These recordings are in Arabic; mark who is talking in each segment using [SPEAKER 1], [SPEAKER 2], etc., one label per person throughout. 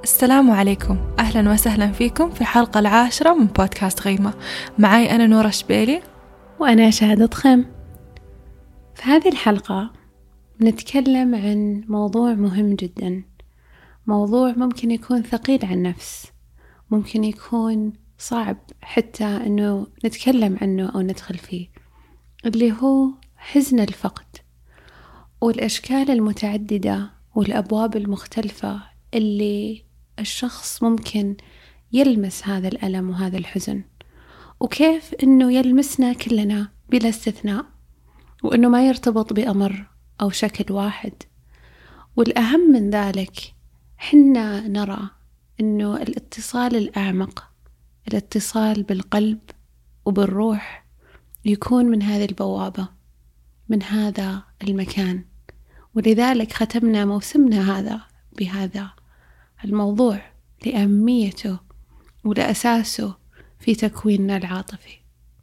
[SPEAKER 1] السلام عليكم، أهلا وسهلا فيكم في الحلقة 10 من بودكاست غيمة. معي أنا نورة شبيلي
[SPEAKER 2] وأنا شهادة خيم. في هذه الحلقة بنتكلم عن موضوع مهم جدا، موضوع ممكن يكون ثقيل على النفس، ممكن يكون صعب حتى أنه نتكلم عنه أو ندخل فيه، اللي هو حزن الفقد والأشكال المتعددة والأبواب المختلفة اللي الشخص ممكن يلمس هذا الألم وهذا الحزن، وكيف أنه يلمسنا كلنا بلا استثناء، وأنه ما يرتبط بأمر أو شكل واحد. والأهم من ذلك حنا نرى أنه الاتصال الأعمق، الاتصال بالقلب وبالروح، يكون من هذه البوابة، من هذا المكان. ولذلك ختمنا موسمنا هذا بهذا الموضوع لأهميته ولأساسه في تكويننا العاطفي.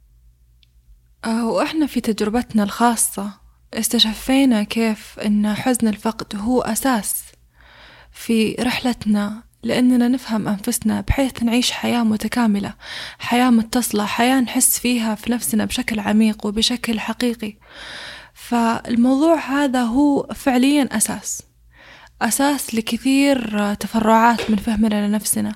[SPEAKER 1] وإحنا في تجربتنا الخاصة استشفينا كيف أن حزن الفقد هو أساس في رحلتنا، لأننا نفهم أنفسنا بحيث نعيش حياة متكاملة، حياة متصلة، حياة نحس فيها في نفسنا بشكل عميق وبشكل حقيقي. فالموضوع هذا هو فعليا أساس لكثير تفرعات من فهمنا لنفسنا،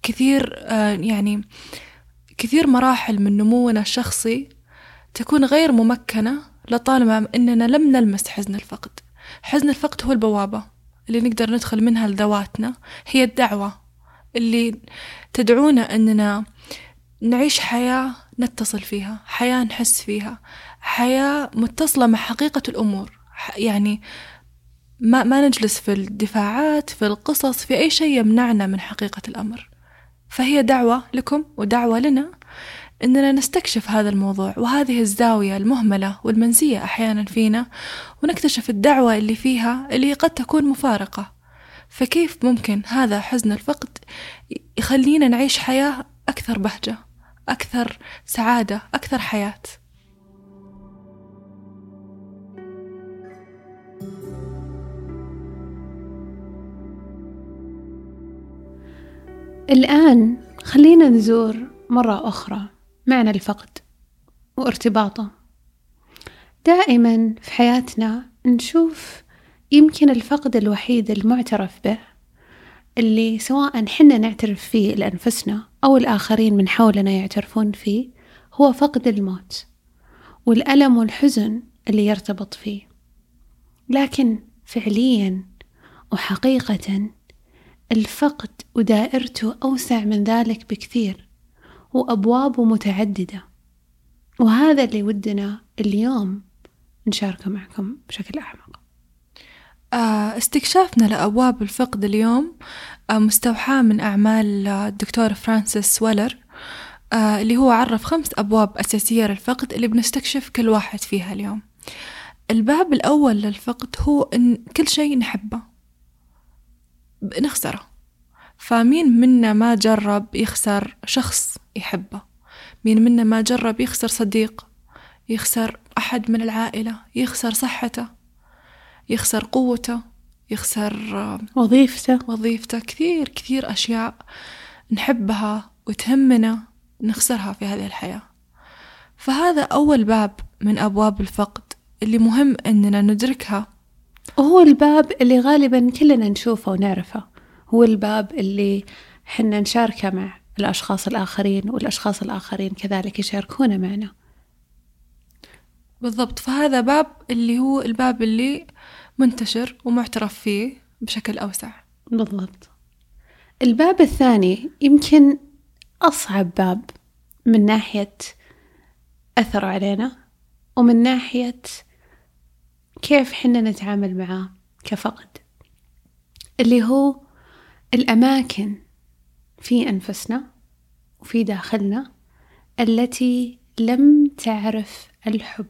[SPEAKER 1] كثير مراحل من نمونا الشخصي تكون غير ممكنة لطالما أننا لم نلمس حزن الفقد. حزن الفقد هو البوابة اللي نقدر ندخل منها لذواتنا، هي الدعوة اللي تدعونا أننا نعيش حياة نتصل فيها، حياة نحس فيها، حياة متصلة مع حقيقة الأمور. يعني ما نجلس في الدفاعات، في القصص، في أي شيء يمنعنا من حقيقة الأمر. فهي دعوة لكم ودعوة لنا إننا نستكشف هذا الموضوع وهذه الزاوية المهملة والمنسية أحيانا فينا، ونكتشف الدعوة اللي فيها اللي قد تكون مفارقة. فكيف ممكن هذا حزن الفقد يخلينا نعيش حياة أكثر بهجة، أكثر سعادة، أكثر حياة.
[SPEAKER 2] الآن خلينا نزور مرة أخرى معنى الفقد وارتباطه. دائما في حياتنا نشوف يمكن الفقد الوحيد المعترف به، اللي سواء حنا نعترف فيه لأنفسنا أو الآخرين من حولنا يعترفون فيه، هو فقد الموت والألم والحزن اللي يرتبط فيه. لكن فعليا وحقيقة الفقد ودائرته أوسع من ذلك بكثير، وأبوابه متعددة، وهذا اللي ودنا اليوم نشاركه معكم بشكل أعمق.
[SPEAKER 1] استكشافنا لأبواب الفقد اليوم مستوحاة من أعمال الدكتور فرانسيس ويلر، اللي هو عرف 5 أبواب أساسية للفقد اللي بنستكشف كل واحد فيها اليوم. الباب الأول للفقد هو إن كل شيء نحبه نخسره. فمين منا ما جرب يخسر شخص يحبه؟ مين منا ما جرب يخسر صديق، يخسر أحد من العائلة، يخسر صحته، يخسر قوته، يخسر وظيفته. كثير أشياء نحبها وتهمنا نخسرها في هذه الحياة. فهذا أول باب من أبواب الفقد اللي مهم أننا ندركها،
[SPEAKER 2] وهو الباب اللي غالبا كلنا نشوفه ونعرفه، هو الباب اللي حنا نشاركه مع الأشخاص الآخرين، والأشخاص الآخرين كذلك يشاركون معنا.
[SPEAKER 1] بالضبط. فهذا باب اللي هو الباب اللي منتشر ومعترف فيه بشكل أوسع.
[SPEAKER 2] بالضبط. الباب الثاني يمكن أصعب باب من ناحية أثر علينا، ومن ناحية كيف حنا نتعامل معه كفقد، اللي هو الأماكن في أنفسنا وفي داخلنا التي لم تعرف الحب.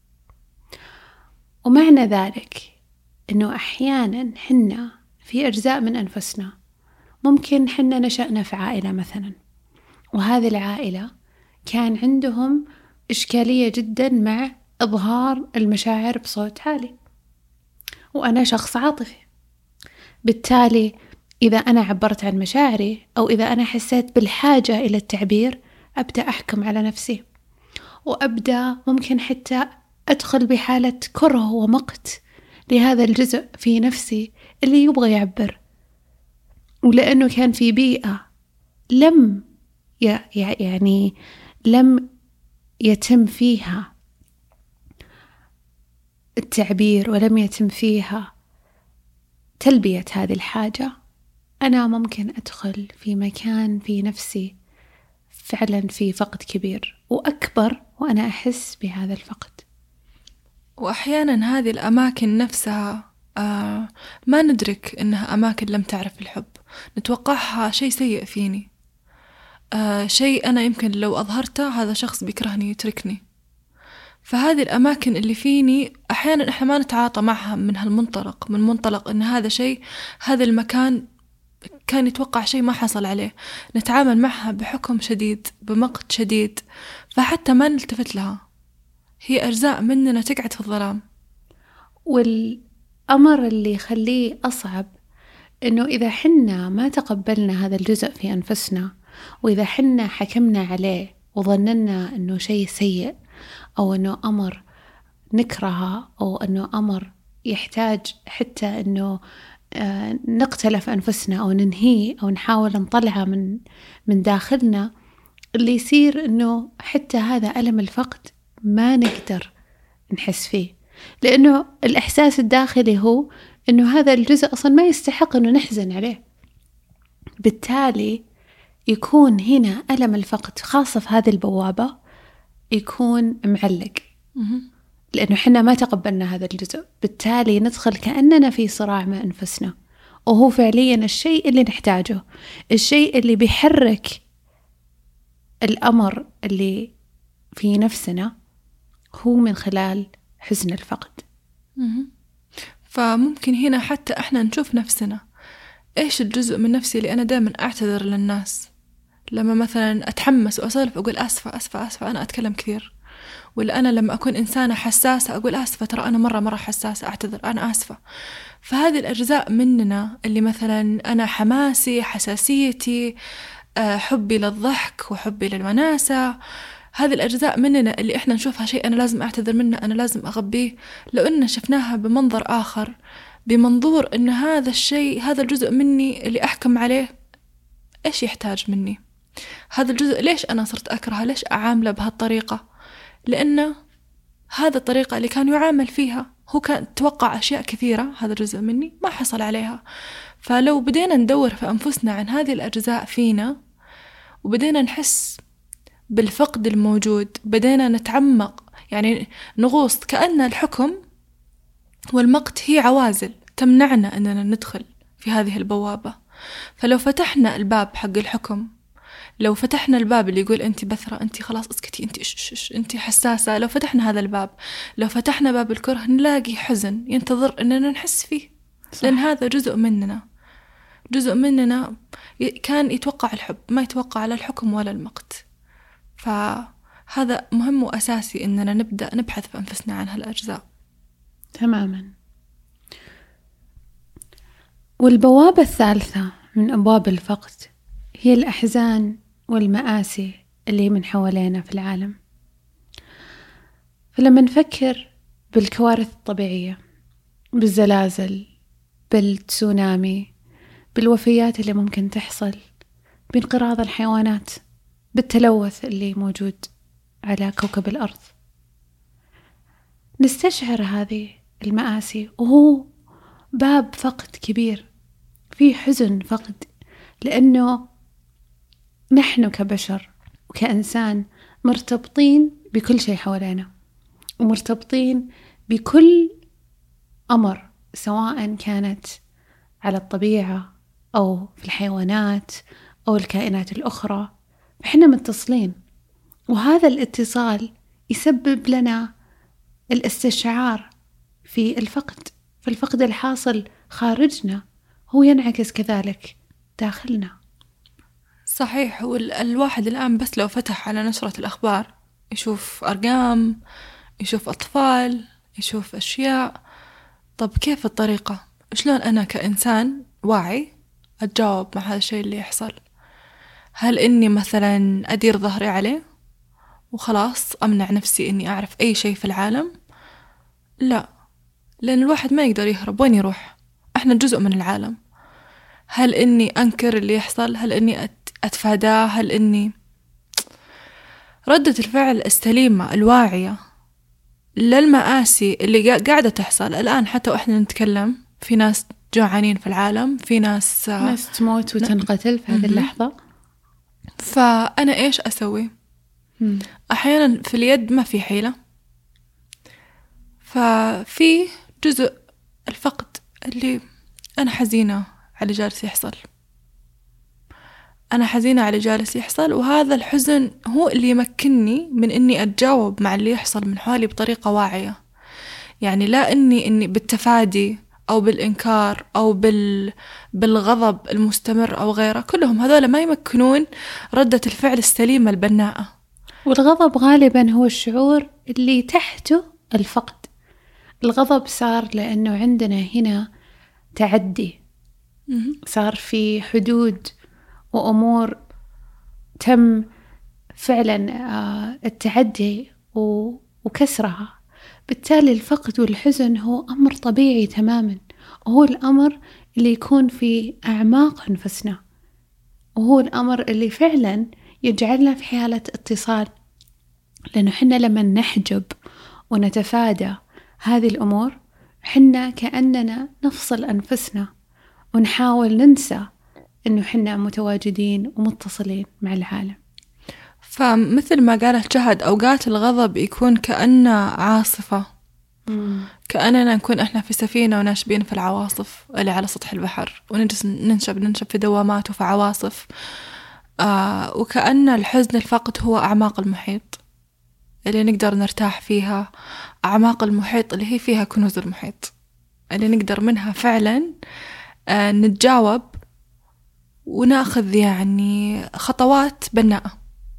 [SPEAKER 2] ومعنى ذلك أنه أحيانا حنا في أجزاء من أنفسنا ممكن حنا نشأنا في عائلة مثلا، وهذه العائلة كان عندهم إشكالية جدا مع إظهار المشاعر بصوت عالي، وأنا شخص عاطفي، بالتالي إذا أنا عبرت عن مشاعري أو إذا أنا حسيت بالحاجة إلى التعبير أبدأ أحكم على نفسي، وأبدأ ممكن حتى أدخل بحالة كره ومقت لهذا الجزء في نفسي اللي يبغى يعبر، ولأنه كان في بيئة لم يتم فيها التعبير ولم يتم فيها تلبية هذه الحاجة، أنا ممكن أدخل في مكان في نفسي فعلا في فقد كبير وأكبر وأنا أحس بهذا الفقد.
[SPEAKER 1] وأحيانا هذه الأماكن نفسها ما ندرك إنها أماكن لم تعرف الحب، نتوقعها شيء سيء فيني، شيء أنا يمكن لو أظهرته هذا شخص بيكرهني يتركني. فهذه الأماكن اللي فيني أحيانا إحنا ما نتعاطى معها من هالمنطلق، من منطلق إن هذا شيء، هذا المكان كان يتوقع شيء ما حصل عليه، نتعامل معها بحكم شديد، بمقت شديد، فحتى ما نلتفت لها، هي أجزاء مننا تقعد في الظلام.
[SPEAKER 2] والأمر اللي يخليه أصعب إنه إذا حنا ما تقبلنا هذا الجزء في أنفسنا، وإذا حنا حكمنا عليه وظننا إنه شيء سيء أو إنه أمر نكرهه أو إنه أمر يحتاج حتى إنه نقتله في أنفسنا أو ننهيه أو نحاول نطلعه من داخلنا، اللي يصير إنه حتى هذا ألم الفقد ما نقدر نحس فيه، لأنه الإحساس الداخلي هو إنه هذا الجزء أصلا ما يستحق إنه نحزن عليه. بالتالي يكون هنا ألم الفقد خاصة في هذه البوابة يكون معلق، لأنه حنا ما تقبلنا هذا الجزء، بالتالي ندخل كأننا في صراع مع أنفسنا، وهو فعليا الشيء اللي نحتاجه، الشيء اللي بيحرك الأمر اللي في نفسنا هو من خلال حزن الفقد.
[SPEAKER 1] فممكن هنا حتى احنا نشوف نفسنا، ايش الجزء من نفسي اللي انا دائما اعتذر للناس، لما مثلا اتحمس واسولف اقول اسفة اسفة اسفة، انا اتكلم كثير، ولا انا لما اكون انسانة حساسة اقول اسفة ترى انا مرة حساسة، اعتذر انا اسفة. فهذه الاجزاء مننا اللي مثلا انا حماسي، حساسيتي، حبي للضحك وحبي للوناسة، هذه الأجزاء مننا اللي إحنا نشوفها شيء أنا لازم أعتذر منه، أنا لازم أغبيه، لو إن شفناها بمنظر آخر، بمنظور إن هذا الشيء، هذا الجزء مني اللي أحكم عليه إيش يحتاج مني، هذا الجزء ليش أنا صرت أكرهه، ليش أعامله بهالطريقة، لأنه هذا الطريقة اللي كان يعامل فيها، هو كان توقع أشياء كثيرة، هذا الجزء مني ما حصل عليها. فلو بدينا ندور في أنفسنا عن هذه الأجزاء فينا وبدينا نحس بالفقد الموجود، بدينا نتعمق، يعني نغوص، كأن الحكم والمقت هي عوازل تمنعنا أننا ندخل في هذه البوابة. فلو فتحنا الباب حق الحكم، لو فتحنا الباب اللي يقول أنت بثرة، أنت خلاص اسكتي، أنت أنت حساسة، لو فتحنا هذا الباب، لو فتحنا باب الكره، نلاقي حزن ينتظر أننا نحس فيه. صح. لأن هذا جزء مننا، جزء مننا كان يتوقع الحب، ما يتوقع على الحكم ولا المقت. فهذا مهم وأساسي إننا نبدأ نبحث في أنفسنا عن هالأجزاء.
[SPEAKER 2] تماما. والبوابة الثالثة من أبواب الفقد هي الأحزان والمآسي اللي من حوالينا في العالم. فلما نفكر بالكوارث الطبيعية، بالزلازل، بالتسونامي، بالوفيات اللي ممكن تحصل، بانقراض الحيوانات، بالتلوث اللي موجود على كوكب الأرض، نستشعر هذه المآسي، وهو باب فقد كبير، فيه حزن فقد، لأنه نحن كبشر وكإنسان مرتبطين بكل شيء حوالينا، ومرتبطين بكل أمر، سواء كانت على الطبيعة أو في الحيوانات أو الكائنات الأخرى، فإحنا متصلين. وهذا الاتصال يسبب لنا الاستشعار في الفقد، فالفقد الحاصل خارجنا هو ينعكس كذلك داخلنا.
[SPEAKER 1] صحيح. والواحد الآن بس لو فتح على نشرة الأخبار يشوف أرقام، يشوف أطفال، يشوف أشياء. طب كيف الطريقة؟ شلون أنا كإنسان واعي أتجاوب مع هذا الشيء اللي يحصل؟ هل إني مثلا أدير ظهري عليه وخلاص أمنع نفسي إني أعرف أي شيء في العالم؟ لا، لأن الواحد ما يقدر يهرب، وين يروح؟ إحنا جزء من العالم. هل إني أنكر اللي يحصل؟ هل إني أتفاداه؟ هل إني ردة الفعل السليمة الواعية للمآسي اللي قاعدة تحصل الآن؟ حتى وإحنا نتكلم في ناس جوعانين في العالم، في ناس
[SPEAKER 2] تموت وتنقتل في هذه اللحظة.
[SPEAKER 1] فأنا إيش أسوي؟ أحيانا في اليد ما في حيلة، ففي جزء الفقد اللي أنا حزينة على جالس يحصل، أنا حزينة على جالس يحصل، وهذا الحزن هو اللي يمكنني من إني أتجاوب مع اللي يحصل من حولي بطريقة واعية. يعني لا إني بالتفادي أو بالإنكار أو بالغضب المستمر أو غيره، كلهم هذول ما يمكنون ردة الفعل السليمة البناءة.
[SPEAKER 2] والغضب غالبا هو الشعور اللي تحته الفقد. الغضب صار لأنه عندنا هنا تعدي، صار في حدود وأمور تم فعلا التعدي وكسرها. بالتالي الفقد والحزن هو أمر طبيعي تماما، وهو الأمر اللي يكون في أعماق أنفسنا، وهو الأمر اللي فعلا يجعلنا في حالة اتصال. لأنه حنا لما نحجب ونتفادى هذه الأمور، حنا كأننا نفصل أنفسنا ونحاول ننسى أنه حنا متواجدين ومتصلين مع العالم.
[SPEAKER 1] فمثل ما قالت شهد، أوقات الغضب يكون كأنه عاصفة، كأننا نكون إحنا في سفينة وناشبين في العواصف اللي على سطح البحر، ونجلس ننشب في دوامات وفي عواصف. وكأن الحزن الفقد هو أعماق المحيط اللي نقدر نرتاح فيها، أعماق المحيط اللي هي فيها كنوز المحيط، اللي نقدر منها فعلا نتجاوب وناخذ يعني خطوات بناءة.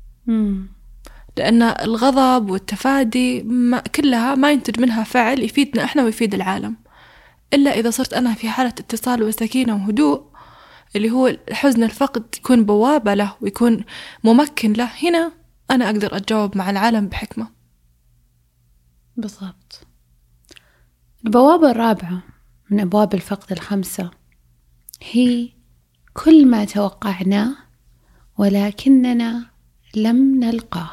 [SPEAKER 1] لأن الغضب والتفادي كلها ما ينتج منها فعل يفيدنا إحنا ويفيد العالم، إلا إذا صرت أنا في حالة اتصال وسكينة وهدوء، اللي هو الحزن الفقد يكون بوابة له ويكون ممكن له. هنا أنا أقدر أتجاوب مع العالم بحكمة.
[SPEAKER 2] بالضبط. البوابة الرابعة من أبواب الفقد ال5 هي كل ما توقعناه ولكننا لم نلقاه.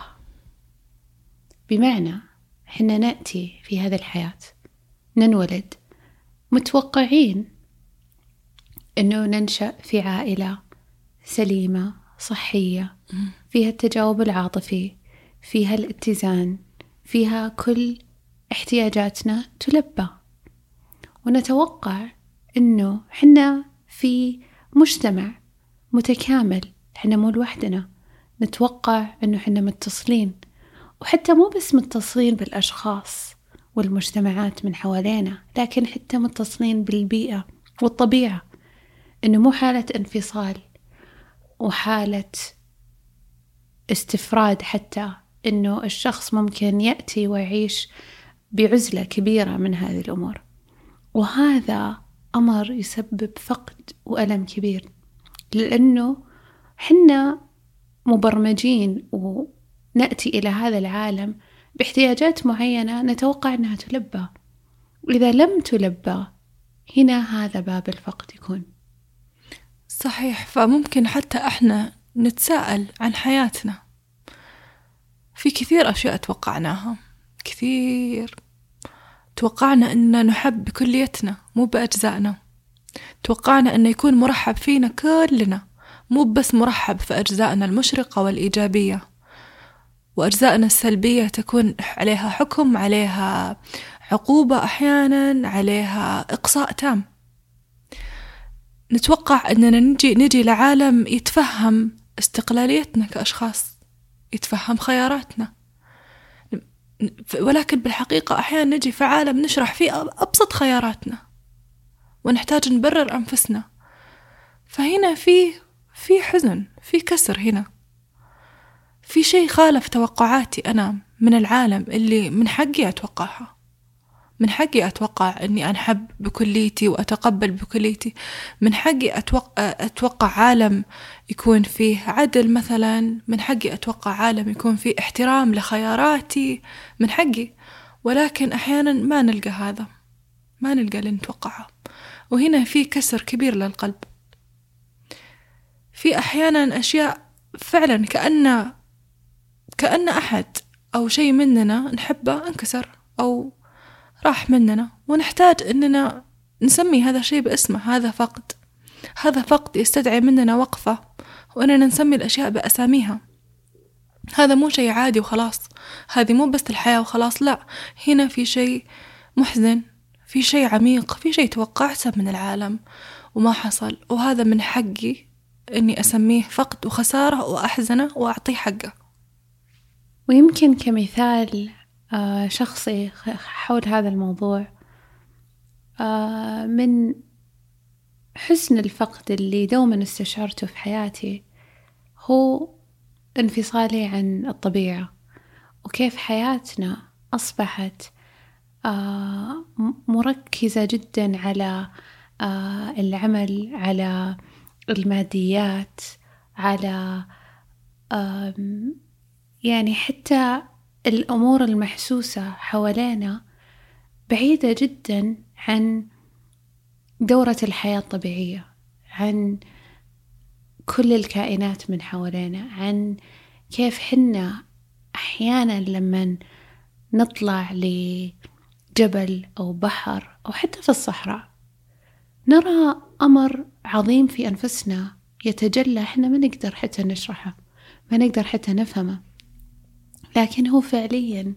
[SPEAKER 2] بمعنى حنا نأتي في هذه الحياة، ننولد متوقعين أنه ننشأ في عائلة سليمة صحية، فيها التجاوب العاطفي، فيها الاتزان، فيها كل احتياجاتنا تلبى، ونتوقع أنه حنا في مجتمع متكامل، حنا مو لوحدنا. نتوقع أنه حنا متصلين، وحتى مو بس متصلين بالأشخاص والمجتمعات من حوالينا، لكن حتى متصلين بالبيئة والطبيعة، أنه مو حالة انفصال وحالة استفراد، حتى أنه الشخص ممكن يأتي ويعيش بعزلة كبيرة من هذه الأمور. وهذا أمر يسبب فقد وألم كبير، لأنه حنا مبرمجين ونأتي إلى هذا العالم باحتياجات معينة نتوقع أنها تلبى، وإذا لم تلبى هنا هذا باب الفقد يكون.
[SPEAKER 1] صحيح. فممكن حتى احنا نتساءل عن حياتنا، في كثير أشياء توقعناها، كثير توقعنا أن نحب بكليتنا مو بأجزائنا، توقعنا أن يكون مرحب فينا كلنا، مو بس مرحب في أجزائنا المشرقة والإيجابية، وأجزائنا السلبية تكون عليها حكم، عليها عقوبة، أحيانا عليها إقصاء تام. نتوقع أننا نجي لعالم يتفهم استقلاليتنا كأشخاص، يتفهم خياراتنا، ولكن بالحقيقة أحيانا نجي في عالم نشرح فيه أبسط خياراتنا ونحتاج نبرر أنفسنا. فهنا في حزن، في كسر، هنا في شيء خالف توقعاتي أنا من العالم اللي من حقي أتوقعها، من حقي أتوقع أني أنحب بكليتي وأتقبل بكليتي. من حقي أتوقع عالم يكون فيه عدل مثلا. من حقي أتوقع عالم يكون فيه احترام لخياراتي. من حقي. ولكن أحيانا ما نلقى هذا، ما نلقى اللي نتوقعه، وهنا في كسر كبير للقلب. في أحيانا أشياء فعلا كأن أحد أو شيء مننا نحبه انكسر أو راح مننا، ونحتاج أننا نسمي هذا الشيء باسمه. هذا فقد يستدعي مننا وقفة، وأننا نسمي الأشياء بأساميها. هذا مو شيء عادي وخلاص، هذه مو بس الحياة وخلاص، لا، هنا في شيء محزن، في شيء عميق، في شيء توقعته من العالم وما حصل، وهذا من حقي أني أسميه فقد وخسارة وأحزنه وأعطيه حقه.
[SPEAKER 2] ويمكن كمثال شخصي حول هذا الموضوع، من حسن الفقد اللي دوما استشعرته في حياتي هو انفصالي عن الطبيعة، وكيف حياتنا أصبحت مركزة جدا على العمل، على الماديات، على يعني حتى الأمور المحسوسة حوالينا بعيدة جدا عن دورة الحياة الطبيعية، عن كل الكائنات من حوالينا، عن كيف حنا أحيانا لما نطلع لجبل أو بحر أو حتى في الصحراء نرى أمر عظيم في أنفسنا يتجلى، حنا ما نقدر حتى نشرحه، ما نقدر حتى نفهمه، لكن هو فعليا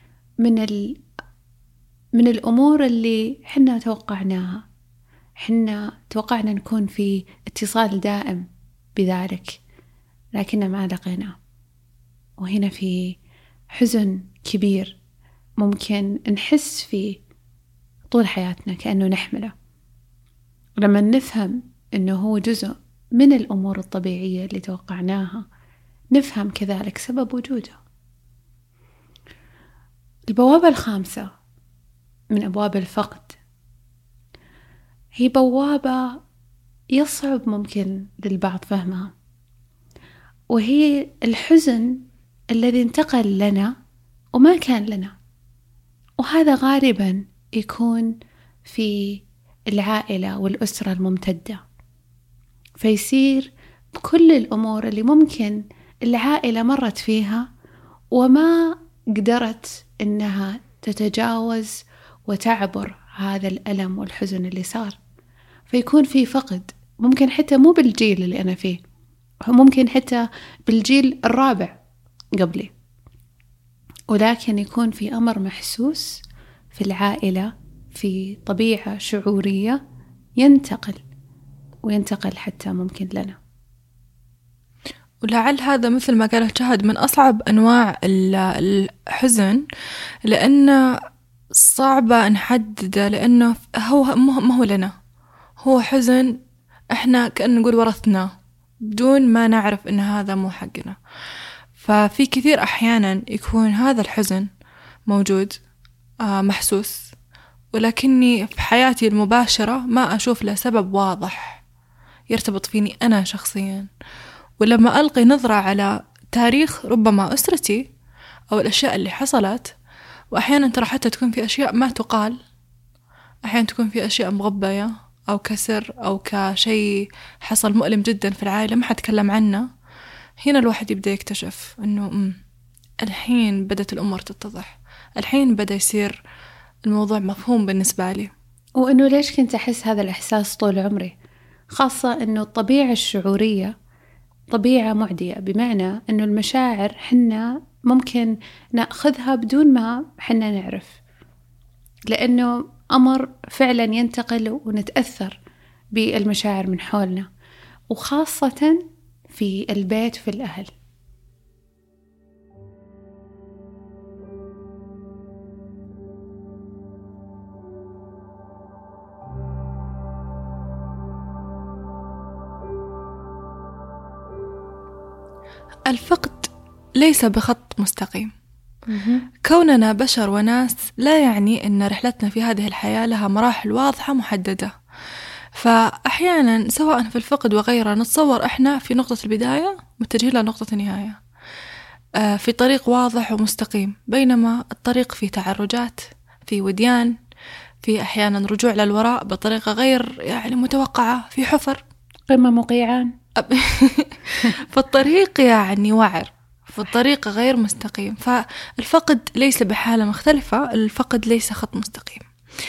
[SPEAKER 2] من الأمور اللي حنا توقعناها. حنا توقعنا نكون في اتصال دائم بذلك، لكن ما لقينا. وهنا في حزن كبير ممكن نحس فيه طول حياتنا كأنه نحمله، لما نفهم أنه هو جزء من الأمور الطبيعية اللي توقعناها، نفهم كذلك سبب وجوده. البوابة الخامسة من أبواب الفقد هي بوابة يصعب ممكن للبعض فهمها، وهي الحزن الذي انتقل لنا وما كان لنا، وهذا غالبا يكون في العائلة والأسرة الممتدة، فيصير بكل الأمور اللي ممكن العائلة مرت فيها وما قدرت إنها تتجاوز وتعبر هذا الألم والحزن اللي صار، فيكون في فقد. ممكن حتى مو بالجيل اللي أنا فيه، ممكن حتى بالجيل الرابع قبلي، ولكن يكون في أمر محسوس في العائلة، في طبيعة شعورية وينتقل حتى ممكن لنا.
[SPEAKER 1] ولعل هذا مثل ما قالت شهد من أصعب أنواع الحزن، لأنه صعبة نحدده، لأنه هو ما هو لنا، هو حزن إحنا كأن نقول ورثناه بدون ما نعرف إن هذا مو حقنا. ففي كثير أحيانا يكون هذا الحزن موجود محسوس، ولكني في حياتي المباشرة ما أشوف له سبب واضح يرتبط فيني أنا شخصيا. ولما ألقي نظرة على تاريخ ربما أسرتي أو الأشياء اللي حصلت، وأحيانا ترى حتى تكون في أشياء ما تقال، أحيانا تكون في أشياء مغبية أو كسر أو كشيء حصل مؤلم جدا في العائلة ما حتكلم عنه، هنا الواحد يبدأ يكتشف أنه الحين بدأت الأمور تتضح، الحين بدأ يصير الموضوع مفهوم بالنسبة لي.
[SPEAKER 2] وأنه ليش كنت أحس هذا الإحساس طول عمري، خاصة أنه الطبيعة الشعورية طبيعة معدية، بمعنى أنه المشاعر حنا ممكن نأخذها بدون ما حنا نعرف، لأنه أمر فعلا ينتقل ونتأثر بالمشاعر من حولنا، وخاصة في البيت في الأهل.
[SPEAKER 1] الفقد ليس بخط مستقيم، كوننا بشر وناس لا يعني أن رحلتنا في هذه الحياة لها مراحل واضحة محددة. فأحيانا سواء في الفقد وغيره نتصور إحنا في نقطة البداية متجهين لنقطة النهاية، في طريق واضح ومستقيم، بينما الطريق فيه تعرجات، في وديان، في أحيانا رجوع للوراء بطريقة غير يعني متوقعة، في حفر،
[SPEAKER 2] قمة مقيعان.
[SPEAKER 1] فالطريق يعني وعر، فالطريق غير مستقيم. فالفقد ليس بحالة مختلفة، الفقد ليس خط مستقيم.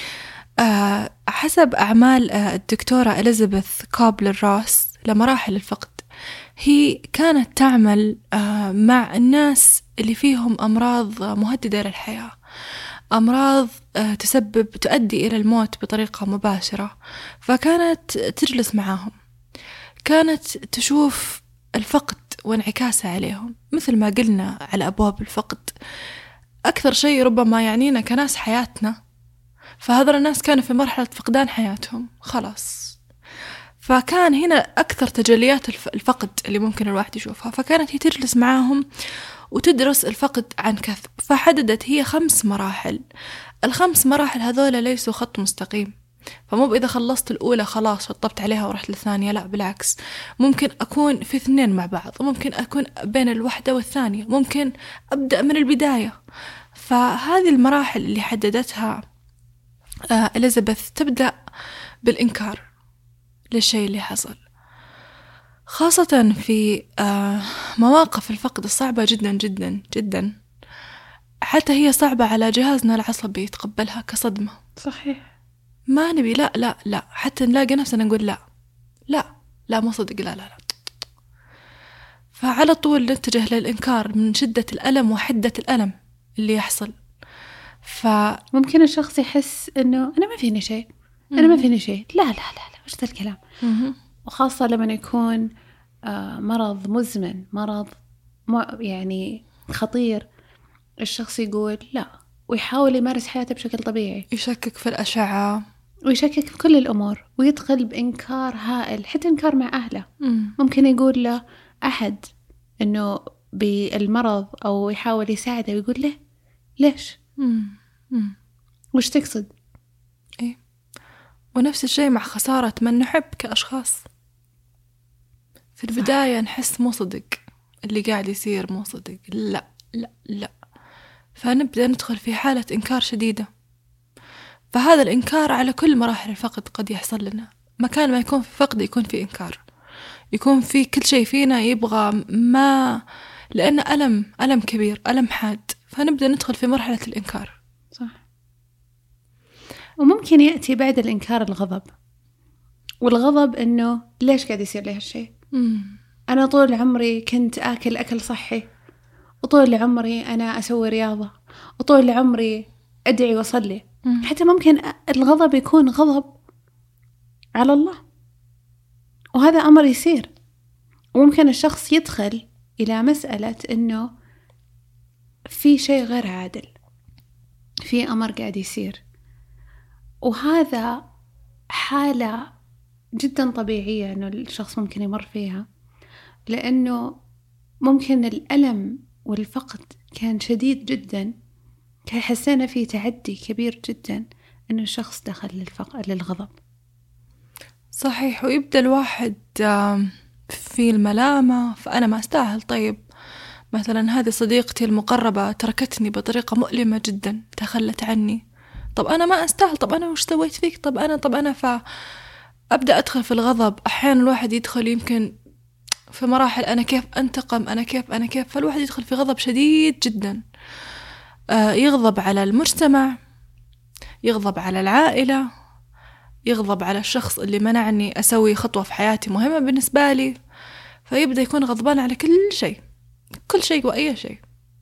[SPEAKER 1] حسب أعمال الدكتورة إليزابيث كوبلر-روس لمراحل الفقد، هي كانت تعمل مع الناس اللي فيهم أمراض مهددة للحياة، أمراض تؤدي إلى الموت بطريقة مباشرة. فكانت تجلس معهم، كانت تشوف الفقد وانعكاسه عليهم. مثل ما قلنا على أبواب الفقد، أكثر شيء ربما يعنينا كناس حياتنا، فهذول الناس كانوا في مرحلة فقدان حياتهم خلاص. فكان هنا أكثر تجليات الفقد اللي ممكن الواحد يشوفها. فكانت هي تجلس معهم وتدرس الفقد عن كثب، فحددت هي 5 مراحل. ال5 مراحل هذول ليسوا خط مستقيم، فمو إذا خلصت الأولى خلاص شطبت عليها ورحت للثانية، لا بالعكس، ممكن أكون في 2 مع بعض، ممكن أكون بين الوحدة والثانية، ممكن أبدأ من البداية. فهذه المراحل اللي حددتها إليزابيث تبدأ بالإنكار للشيء اللي حصل، خاصة في مواقف الفقد الصعبة جدا جدا جدا، حتى هي صعبة على جهازنا العصبي يتقبلها كصدمة.
[SPEAKER 2] صحيح.
[SPEAKER 1] ما نبي لا لا لا، حتى نلاقي نفسنا نقول لا لا لا مو صدق، لا لا لا، فعلى طول نتجه للإنكار من شدة الألم وحدة الألم اللي يحصل.
[SPEAKER 2] ممكن الشخص يحس إنه أنا ما فيني شيء، أنا ما فيني شيء، لا لا لا لا، وش ذا الكلام. وخاصة لما يكون مرض مزمن، مرض يعني خطير، الشخص يقول لا ويحاول يمارس حياته بشكل طبيعي،
[SPEAKER 1] يشكك في الأشعة
[SPEAKER 2] ويشكك في كل الأمور، ويدخل بإنكار هائل، حتى إنكار مع أهله. ممكن يقول له أحد إنه بالمرض أو يحاول يساعده، ويقول له ليش؟ وش تقصد؟
[SPEAKER 1] إيه. ونفس الشيء مع خسارة من نحب كأشخاص. في البداية نحس مو صدق اللي قاعد يصير، مو صدق، لا لا لا، فنبدأ ندخل في حالة إنكار شديدة. فهذا الإنكار على كل مراحل الفقد قد يحصل لنا. مكان ما يكون في فقد يكون في إنكار، يكون في كل شيء فينا يبغى ما، لأن ألم كبير، ألم حاد، فنبدأ ندخل في مرحلة الإنكار.
[SPEAKER 2] صح. وممكن يأتي بعد الإنكار الغضب، والغضب إنه ليش قاعد يصير لي هالشيء؟ أنا طول عمري كنت آكل أكل صحي، وطول عمري أنا أسوي رياضة، وطول عمري أدعي وأصلي. حتى ممكن الغضب يكون غضب على الله، وهذا أمر يصير. وممكن الشخص يدخل إلى مسألة إنه في شيء غير عادل، في أمر قاعد يصير، وهذا حالة جدا طبيعية إنه الشخص ممكن يمر فيها، لأنه ممكن الألم والفقد كان شديد جدا، حسينا فيه تعدي كبير جدا، إنه الشخص دخل للغضب.
[SPEAKER 1] صحيح. ويبدأ الواحد في الملامة، فأنا ما أستاهل. طيب مثلا هذه صديقتي المقربة تركتني بطريقة مؤلمة جدا، تخلت عني، طب أنا ما أستاهل، طب أنا وش سويت فيك، طب أنا فأبدأ أدخل في الغضب. أحيانا الواحد يدخل يمكن في مراحل أنا كيف أنتقم، أنا كيف، فالواحد يدخل في غضب شديد جدا، يغضب على المجتمع، يغضب على العائلة، يغضب على الشخص اللي منعني أسوي خطوة في حياتي مهمة بالنسبة لي، فيبدأ يكون غضبان على كل شيء وأي شيء.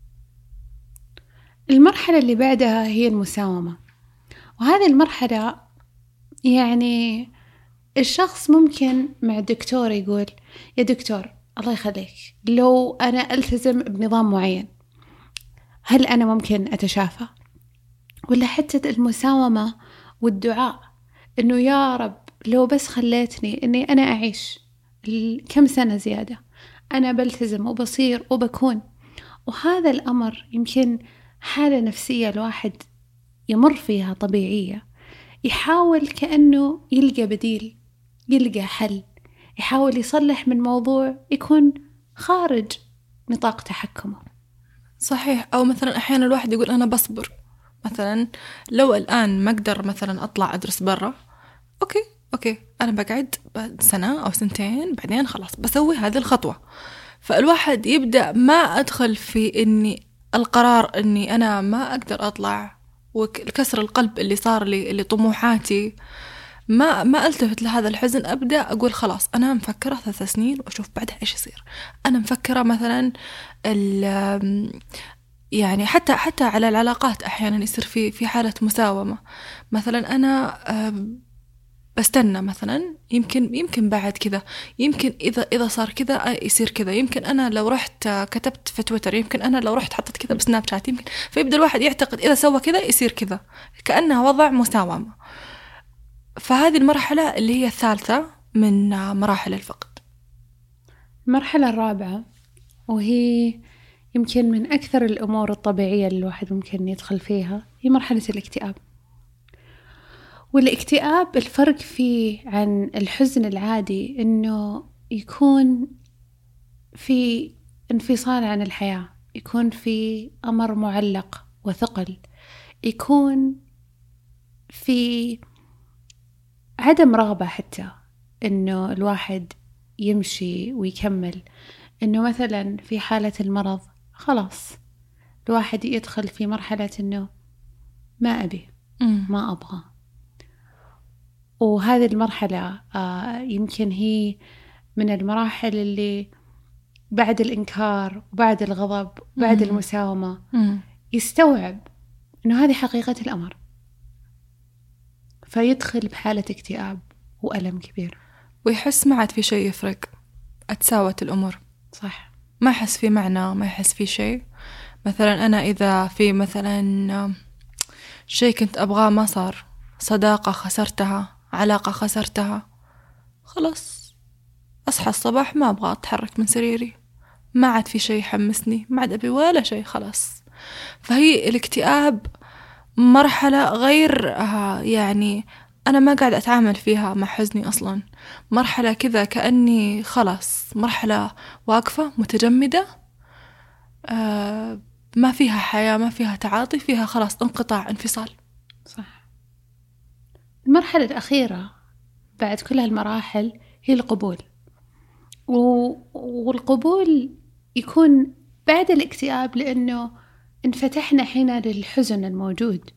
[SPEAKER 2] المرحلة اللي بعدها هي المساومة، وهذه المرحلة يعني الشخص ممكن مع الدكتور يقول يا دكتور الله يخليك، لو أنا ألتزم بنظام معين هل أنا ممكن أتشافى؟ ولا حتى المساومة والدعاء إنه يا رب لو بس خليتني إني أنا أعيش كم سنة زيادة، أنا بلتزم وبصير وبكون. وهذا الأمر يمكن حالة نفسية الواحد يمر فيها طبيعية، يحاول كأنه يلقى بديل، يلقى حل، يحاول يصلح من موضوع يكون خارج نطاق تحكمه.
[SPEAKER 1] صحيح. أو مثلا أحيانا الواحد يقول أنا بصبر، مثلا لو الآن ما أقدر مثلا أطلع أدرس برا، أوكي أنا بقعد بعد سنة أو سنتين بعدين خلاص بسوي هذه الخطوة. فالواحد يبدأ ما أدخل في إني القرار إني أنا ما أقدر أطلع، وكسر القلب اللي صار لي، اللي طموحاتي ما ألتفت لهذا الحزن. أبدأ أقول خلاص أنا مفكرة 3 سنين وأشوف بعدها إيش يصير. أنا مفكرة مثلا يعني حتى على العلاقات أحيانا يصير في حالة مساومة. مثلا أنا بستنى مثلا يمكن بعد كذا، يمكن إذا صار كذا يصير كذا، يمكن أنا لو رحت كتبت في تويتر، يمكن أنا لو رحت حطت كذا بسناب شات، يمكن. فيبدأ الواحد يعتقد إذا سوى كذا يصير كذا، كأنها وضع مساومة. فهذه المرحلة اللي هي الثالثة من مراحل الفقد.
[SPEAKER 2] المرحلة الرابعة، وهي يمكن من أكثر الأمور الطبيعية اللي الواحد ممكن يدخل فيها، هي مرحلة الاكتئاب. والاكتئاب الفرق فيه عن الحزن العادي إنه يكون في انفصال عن الحياة، يكون في أمر معلق وثقل، يكون في عدم رغبة حتى إنه الواحد يمشي ويكمل. إنه مثلا في حالة المرض خلاص الواحد يدخل في مرحلة إنه ما أبي، ما أبغى. وهذه المرحلة يمكن هي من المراحل اللي بعد الإنكار وبعد الغضب وبعد المساومة يستوعب إنه هذه حقيقة الأمر، فيدخل بحالة اكتئاب وألم كبير،
[SPEAKER 1] ويحس ما عاد في شيء يفرق، أتساوت الأمور.
[SPEAKER 2] صح،
[SPEAKER 1] ما يحس في معنى، ما يحس في شيء. مثلا أنا إذا في مثلا شيء كنت أبغاه ما صار، صداقة خسرتها، علاقة خسرتها، خلاص أصحى الصباح ما أبغى أتحرك من سريري، ما عاد في شيء يحمسني، ما عاد أبي ولا شيء، خلاص. فهي الاكتئاب مرحلة غير يعني أنا ما قاعد أتعامل فيها مع حزني أصلا، مرحلة كذا كأني خلاص مرحلة واقفة متجمدة، ما فيها حياة، ما فيها تعاطي، فيها خلاص انقطاع، انفصال.
[SPEAKER 2] صح. المرحلة الأخيرة بعد كل هالمراحل هي القبول. والقبول يكون بعد الاكتئاب، لأنه انفتحنا حين للحزن الموجود،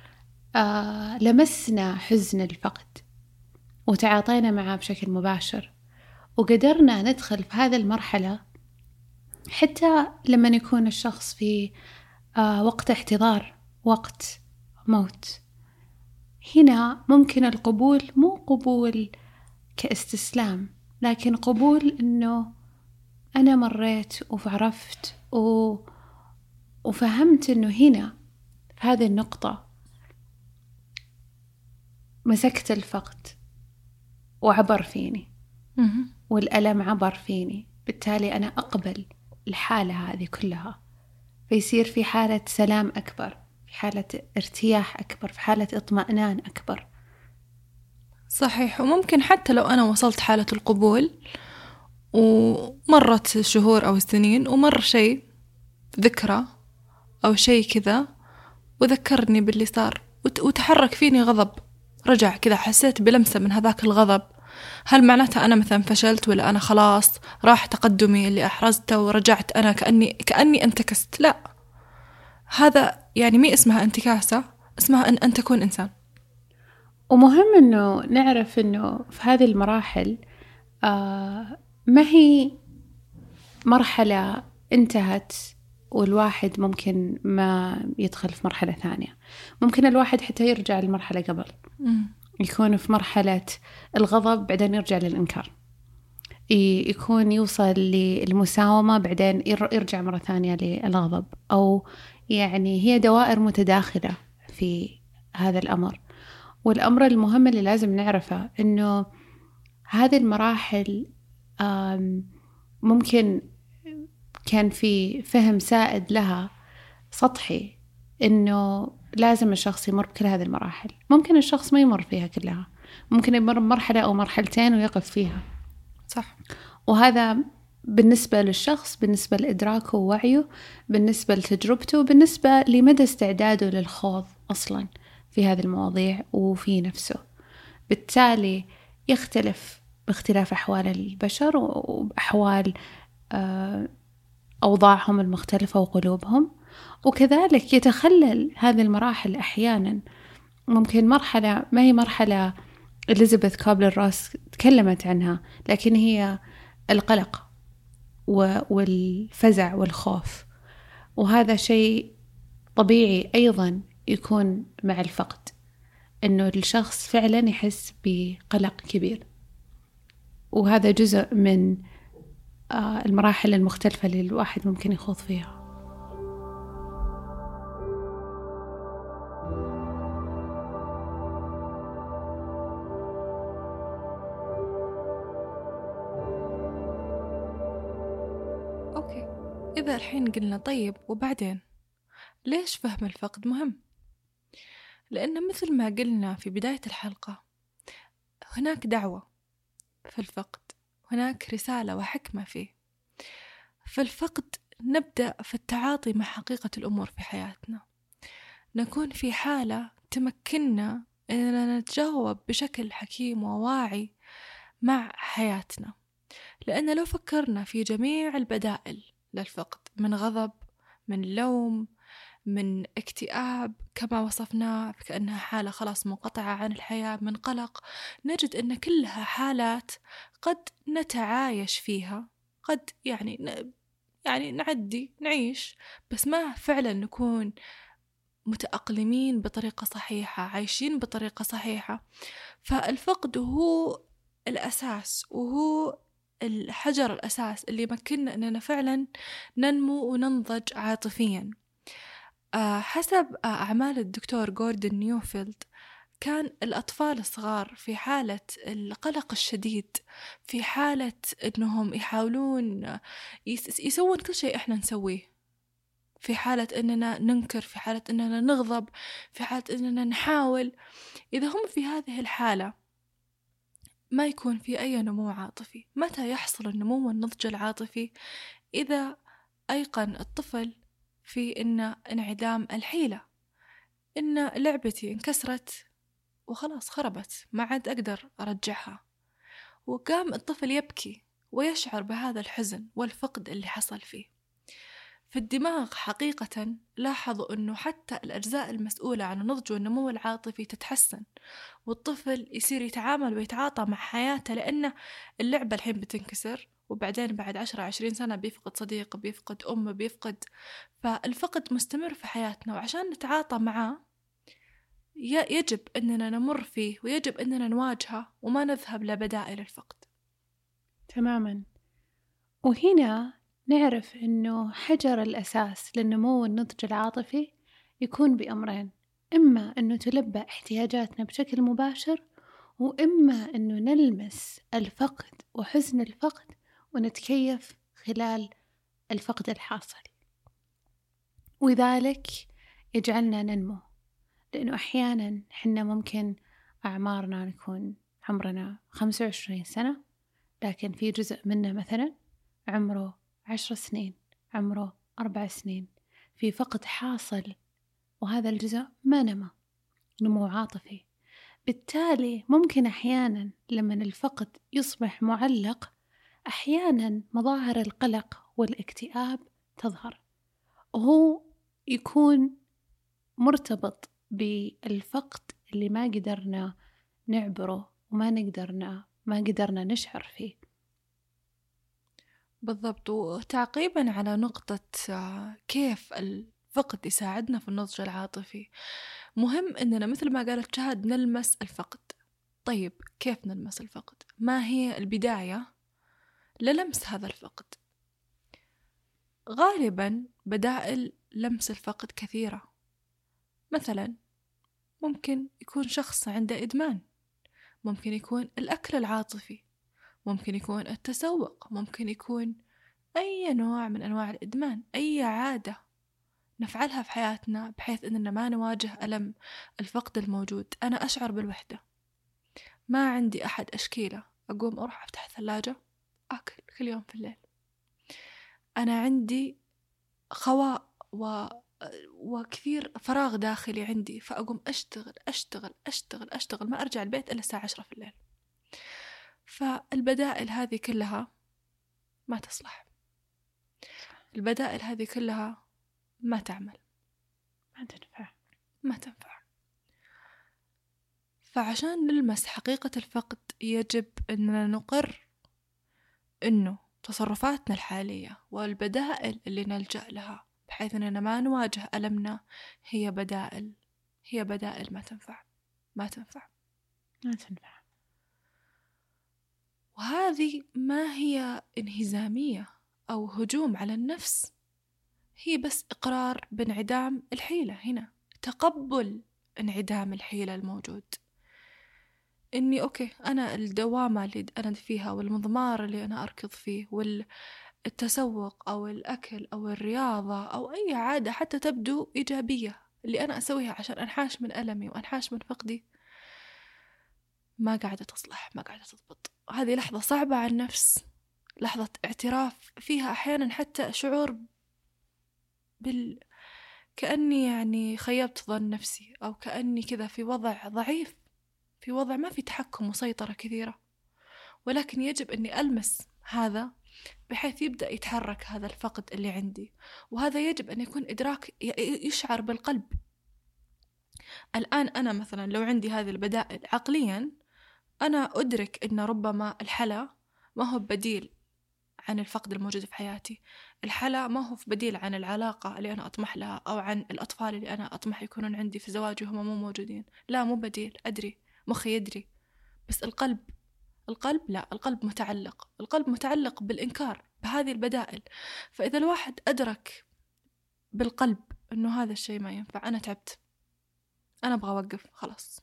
[SPEAKER 2] لمسنا حزن الفقد وتعاطينا معه بشكل مباشر، وقدرنا ندخل في هذه المرحلة. حتى لما يكون الشخص في وقت احتضار، وقت موت، هنا ممكن القبول مو قبول كاستسلام، لكن قبول إنه أنا مريت وعرفت وفهمت إنه هنا في هذه النقطة مسكت الفقد وعبر فيني، والألم عبر فيني، بالتالي أنا أقبل الحالة هذه كلها، فيصير في حالة سلام أكبر، في حالة ارتياح أكبر، في حالة اطمئنان أكبر.
[SPEAKER 1] صحيح. وممكن حتى لو أنا وصلت حالة القبول ومرت شهور أو سنين ومر شيء، ذكرى أو شيء كذا وذكرني باللي صار وتحرك فيني غضب، رجع كذا حسيت بلمسة من هذاك الغضب، هل معناتها أنا مثلا فشلت، ولا أنا خلاص راح تقدمي اللي أحرزته ورجعت أنا كأني انتكست؟ لا، هذا يعني مي اسمها انتكاسة، اسمها أن تكون إنسان.
[SPEAKER 2] ومهم أنه نعرف أنه في هذه المراحل ما هي مرحلة انتهت والواحد ممكن ما يدخل في مرحلة ثانية. ممكن الواحد حتى يرجع للمرحلة قبل، يكون في مرحلة الغضب بعدين يرجع للإنكار، يكون يوصل للمساومة بعدين يرجع مرة ثانية للغضب، أو يعني هي دوائر متداخلة في هذا الأمر. والأمر المهم اللي لازم نعرفه إنه هذه المراحل ممكن كان في فهم سائد لها سطحي إنه لازم الشخص يمر بكل هذه المراحل. ممكن الشخص ما يمر فيها كلها، ممكن يمر بمرحلة أو مرحلتين ويقف فيها.
[SPEAKER 1] صح.
[SPEAKER 2] وهذا بالنسبة للشخص، بالنسبة لإدراكه ووعيه، بالنسبة لتجربته، بالنسبة لمدى استعداده للخوض أصلا في هذه المواضيع وفي نفسه. بالتالي يختلف باختلاف أحوال البشر وأحوال أوضاعهم المختلفة وقلوبهم. وكذلك يتخلل هذه المراحل أحيانا. ممكن مرحلة ما هي مرحلة إليزابيث كوبلر روس تكلمت عنها، لكن هي القلق والفزع والخوف، وهذا شيء طبيعي أيضا يكون مع الفقد، إنه الشخص فعلا يحس بقلق كبير، وهذا جزء من المراحل المختلفة اللي الواحد ممكن يخوض فيها.
[SPEAKER 1] أوكي، إذا الحين قلنا طيب وبعدين ليش فهم الفقد مهم؟ لأن مثل ما قلنا في بداية الحلقة، هناك دعوة في الفقد، هناك رسالة وحكمة فيه. في الفقد نبدأ في التعاطي مع حقيقة الأمور في حياتنا، نكون في حالة تمكننا أننا نتجاوب بشكل حكيم وواعي مع حياتنا. لأن لو فكرنا في جميع البدائل للفقد، من غضب، من لوم، من اكتئاب كما وصفناه كأنها حالة خلاص منقطعة عن الحياة، من قلق، نجد أن كلها حالات قد نتعايش فيها، قد يعني نعدي نعيش، بس ما فعلا نكون متأقلمين بطريقة صحيحة، عايشين بطريقة صحيحة. فالفقد هو الأساس، وهو الحجر الأساس اللي يمكننا أننا فعلا ننمو وننضج عاطفيا. حسب أعمال الدكتور جوردن نيوفيلد، كان الأطفال الصغار في حالة القلق الشديد، في حالة أنهم يحاولون يسوون كل شيء إحنا نسويه، في حالة أننا ننكر، في حالة أننا نغضب، في حالة أننا نحاول، إذا هم في هذه الحالة ما يكون في أي نمو عاطفي. متى يحصل النمو والنضج العاطفي؟ إذا أيقن الطفل في إن انعدام الحيلة، إن لعبتي انكسرت وخلاص خربت، ما عاد أقدر أرجعها، وقام الطفل يبكي ويشعر بهذا الحزن والفقد اللي حصل فيه. في الدماغ حقيقة لاحظوا أنه حتى الأجزاء المسؤولة عن النضج والنمو العاطفي تتحسن، والطفل يصير يتعامل ويتعاطى مع حياته، لأن اللعبة الحين بتنكسر، وبعدين بعد 10-20 سنة بيفقد صديق، بيفقد أم، بيفقد. فالفقد مستمر في حياتنا، وعشان نتعاطى معاه يجب أننا نمر فيه، ويجب أننا نواجهه وما نذهب لبدائل الفقد.
[SPEAKER 2] تماما. وهنا نعرف أنه حجر الأساس للنمو والنضج العاطفي يكون بأمرين: إما أنه تلبى احتياجاتنا بشكل مباشر، وإما أنه نلمس الفقد وحزن الفقد ونتكيف خلال الفقد الحاصل، وذلك يجعلنا ننمو. لأنه أحيانا حنا ممكن أعمارنا نكون عمرنا 25 سنة، لكن في جزء منا مثلا عمره 10 سنين، عمره 4 سنين، في فقد حاصل، وهذا الجزء ما نمو عاطفي. بالتالي ممكن أحيانا لما الفقد يصبح معلق، أحيانا مظاهر القلق والاكتئاب تظهر، وهو يكون مرتبط بالفقد اللي ما قدرنا نعبره وما قدرنا نشعر فيه.
[SPEAKER 1] بالضبط. وتعقيبا على نقطة كيف الفقد يساعدنا في النضج العاطفي، مهم أننا مثل ما قالت شهد نلمس الفقد. طيب كيف نلمس الفقد؟ ما هي البداية للمس هذا الفقد؟ غالبا بدائل لمس الفقد كثيرة. مثلا ممكن يكون شخص عنده إدمان، ممكن يكون الأكل العاطفي، ممكن يكون التسوق، ممكن يكون أي نوع من أنواع الإدمان، أي عادة نفعلها في حياتنا بحيث أننا ما نواجه ألم الفقد الموجود. أنا أشعر بالوحدة، ما عندي أحد أشكيله، أقوم أروح أفتح الثلاجة أكل كل يوم في الليل. أنا عندي خواء وكثير فراغ داخلي عندي، فأقوم أشتغل أشتغل أشتغل أشتغل، ما أرجع البيت إلا الساعة 10 في الليل. فالبدائل هذه كلها ما تصلح، البدائل هذه كلها ما تعمل، ما تنفع. فعشان نلمس حقيقة الفقد يجب أننا نقر أنه تصرفاتنا الحالية والبدائل اللي نلجأ لها بحيث أننا ما نواجه ألمنا هي بدائل ما تنفع. وهذه ما هي انهزامية أو هجوم على النفس، هي بس إقرار بانعدام الحيلة. هنا تقبل انعدام الحيلة الموجود، إني أوكي، أنا الدوامة اللي أنا فيها والمضمار اللي أنا أركض فيه والتسوق أو الأكل أو الرياضة أو أي عادة حتى تبدو إيجابية اللي أنا أسويها عشان أنحاش من ألمي وأنحاش من فقدي، ما قاعدة تصلح، ما قاعدة تضبط. هذه لحظة صعبة على النفس، لحظة اعتراف فيها أحيانا حتى شعور كأني يعني خيبت ظن نفسي، أو كأني كذا في وضع ضعيف، في وضع ما في تحكم وسيطرة كثيرة. ولكن يجب أني ألمس هذا بحيث يبدأ يتحرك هذا الفقد اللي عندي. وهذا يجب أن يكون إدراك يشعر بالقلب. الآن أنا مثلا لو عندي هذه البدائل عقليا، أنا أدرك أن ربما الحلا ما هو بديل عن الفقد الموجود في حياتي، الحلا ما هو بديل عن العلاقة اللي أنا أطمح لها، أو عن الأطفال اللي أنا أطمح يكونون عندي في زواجي وهم مو موجودين. لا، مو بديل، أدري، مخي يدري. بس القلب لا، القلب متعلق بالإنكار بهذه البدائل. فإذا الواحد أدرك بالقلب أنه هذا الشيء ما ينفع، أنا تعبت، أنا أبغى أوقف، خلاص،